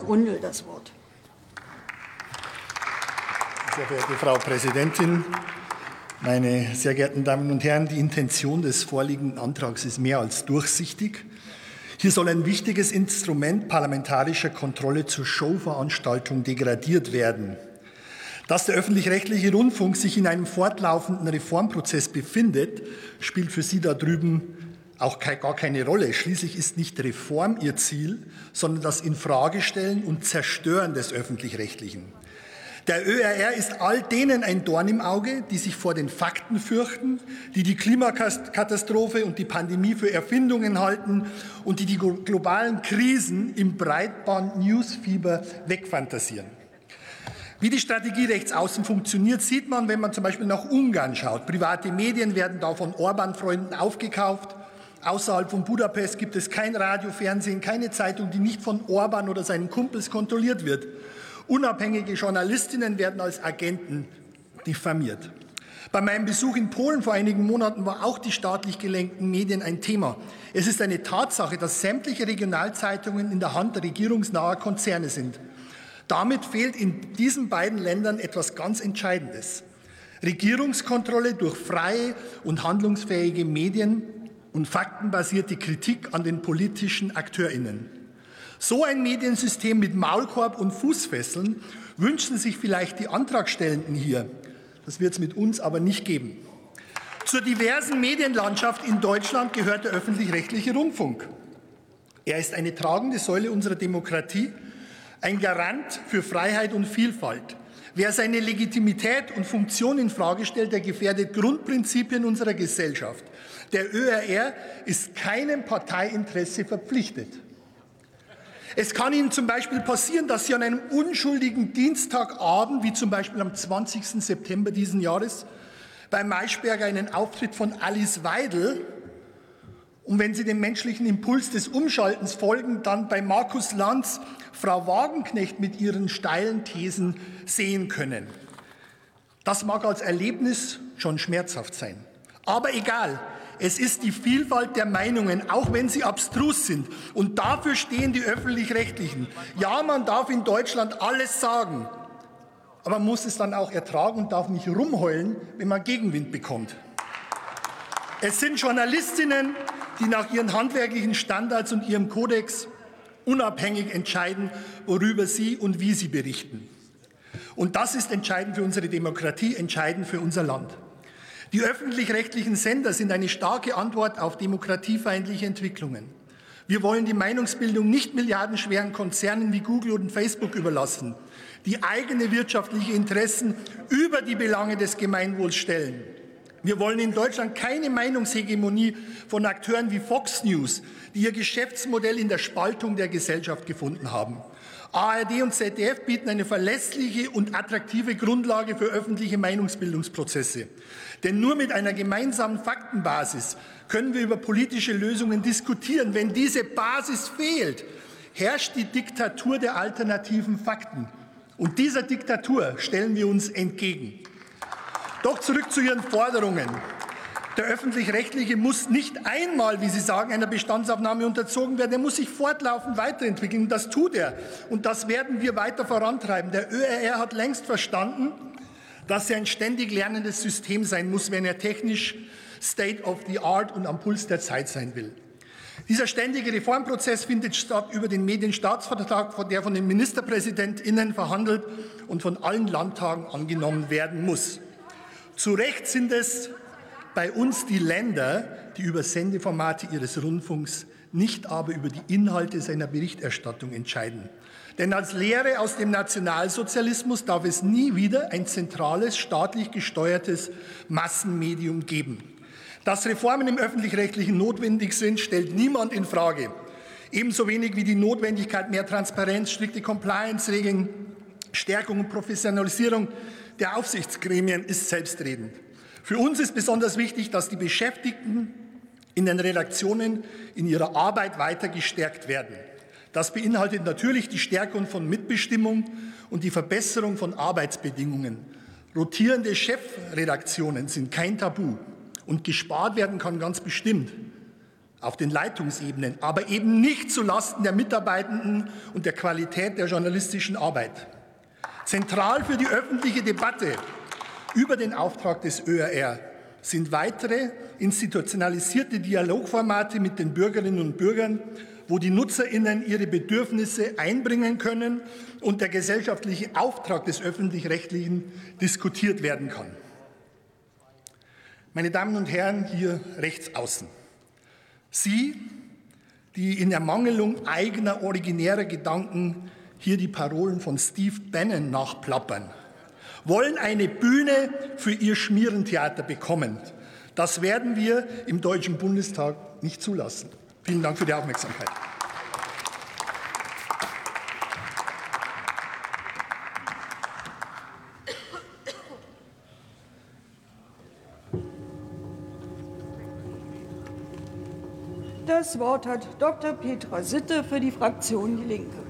Gründel das Wort. Sehr verehrte Frau Präsidentin, meine sehr geehrten Damen und Herren, die Intention des vorliegenden Antrags ist mehr als durchsichtig. Hier soll ein wichtiges Instrument parlamentarischer Kontrolle zur Showveranstaltung degradiert werden. Dass der öffentlich-rechtliche Rundfunk sich in einem fortlaufenden Reformprozess befindet, spielt für Sie da drüben auch gar keine Rolle. Schließlich ist nicht Reform Ihr Ziel, sondern das Infragestellen und Zerstören des Öffentlich-Rechtlichen. Der ÖRR ist all denen ein Dorn im Auge, die sich vor den Fakten fürchten, die die Klimakatastrophe und die Pandemie für Erfindungen halten und die globalen Krisen im Breitband-Newsfieber wegfantasieren. Wie die Strategie rechts außen funktioniert, sieht man, wenn man zum Beispiel nach Ungarn schaut. Private Medien werden da von Orban-Freunden aufgekauft. Außerhalb von Budapest gibt es kein Radio, Fernsehen, keine Zeitung, die nicht von Orban oder seinen Kumpels kontrolliert wird. Unabhängige Journalistinnen werden als Agenten diffamiert. Bei meinem Besuch in Polen vor einigen Monaten war auch die staatlich gelenkten Medien ein Thema. Es ist eine Tatsache, dass sämtliche Regionalzeitungen in der Hand regierungsnaher Konzerne sind. Damit fehlt in diesen beiden Ländern etwas ganz Entscheidendes. Regierungskontrolle durch freie und handlungsfähige Medien und faktenbasierte Kritik an den politischen AkteurInnen. So ein Mediensystem mit Maulkorb und Fußfesseln wünschen sich vielleicht die Antragstellenden hier. Das wird es mit uns aber nicht geben. Zur diversen Medienlandschaft in Deutschland gehört der öffentlich-rechtliche Rundfunk. Er ist eine tragende Säule unserer Demokratie, ein Garant für Freiheit und Vielfalt. Wer seine Legitimität und Funktion infrage stellt, der gefährdet Grundprinzipien unserer Gesellschaft. Der ÖRR ist keinem Parteiinteresse verpflichtet. Es kann Ihnen zum Beispiel passieren, dass Sie an einem unschuldigen Dienstagabend, wie zum Beispiel am 20. September diesen Jahres, bei Maischberger einen Auftritt von Alice Weidel und wenn Sie dem menschlichen Impuls des Umschaltens folgen, dann bei Markus Lanz Frau Wagenknecht mit ihren steilen Thesen sehen können. Das mag als Erlebnis schon schmerzhaft sein. Aber egal. Es ist die Vielfalt der Meinungen, auch wenn sie abstrus sind. Und dafür stehen die Öffentlich-Rechtlichen. Ja, man darf in Deutschland alles sagen, aber man muss es dann auch ertragen und darf nicht rumheulen, wenn man Gegenwind bekommt. Es sind Journalistinnen, die nach ihren handwerklichen Standards und ihrem Kodex unabhängig entscheiden, worüber sie und wie sie berichten. Und das ist entscheidend für unsere Demokratie, entscheidend für unser Land. Die öffentlich-rechtlichen Sender sind eine starke Antwort auf demokratiefeindliche Entwicklungen. Wir wollen die Meinungsbildung nicht milliardenschweren Konzernen wie Google und Facebook überlassen, die eigene wirtschaftliche Interessen über die Belange des Gemeinwohls stellen. Wir wollen in Deutschland keine Meinungshegemonie von Akteuren wie Fox News, die ihr Geschäftsmodell in der Spaltung der Gesellschaft gefunden haben. ARD und ZDF bieten eine verlässliche und attraktive Grundlage für öffentliche Meinungsbildungsprozesse. Denn nur mit einer gemeinsamen Faktenbasis können wir über politische Lösungen diskutieren. Wenn diese Basis fehlt, herrscht die Diktatur der alternativen Fakten. Und dieser Diktatur stellen wir uns entgegen. Doch zurück zu Ihren Forderungen. Der Öffentlich-Rechtliche muss nicht einmal, wie Sie sagen, einer Bestandsaufnahme unterzogen werden. Er muss sich fortlaufend weiterentwickeln. Das tut er. Und das werden wir weiter vorantreiben. Der ÖRR hat längst verstanden, dass er ein ständig lernendes System sein muss, wenn er technisch State of the Art und am Puls der Zeit sein will. Dieser ständige Reformprozess findet statt über den Medienstaatsvertrag, der von den MinisterpräsidentInnen verhandelt und von allen Landtagen angenommen werden muss. Zu Recht sind es bei uns die Länder, die über Sendeformate ihres Rundfunks, nicht aber über die Inhalte seiner Berichterstattung entscheiden. Denn als Lehre aus dem Nationalsozialismus darf es nie wieder ein zentrales, staatlich gesteuertes Massenmedium geben. Dass Reformen im Öffentlich-Rechtlichen notwendig sind, stellt niemand in Frage. Ebenso wenig wie die Notwendigkeit mehr Transparenz, strikte Compliance-Regeln, Stärkung und Professionalisierung der Aufsichtsgremien ist selbstredend. Für uns ist besonders wichtig, dass die Beschäftigten in den Redaktionen in ihrer Arbeit weiter gestärkt werden. Das beinhaltet natürlich die Stärkung von Mitbestimmung und die Verbesserung von Arbeitsbedingungen. auf den Leitungsebenen, aber eben nicht zulasten der Mitarbeitenden und der Qualität der journalistischen Arbeit. Zentral für die öffentliche Debatte über den Auftrag des ÖRR sind weitere institutionalisierte Dialogformate mit den Bürgerinnen und Bürgern, wo die NutzerInnen ihre Bedürfnisse einbringen können und der gesellschaftliche Auftrag des Öffentlich-Rechtlichen diskutiert werden kann. Meine Damen und Herren hier rechts außen, Sie, die in Ermangelung eigener originärer Gedanken hier die Parolen von Steve Bannon nachplappern, wollen eine Bühne für ihr Schmierentheater bekommen. Das werden wir im Deutschen Bundestag nicht zulassen. Vielen Dank für die Aufmerksamkeit. Das Wort hat Dr. Petra Sitte für die Fraktion Die Linke.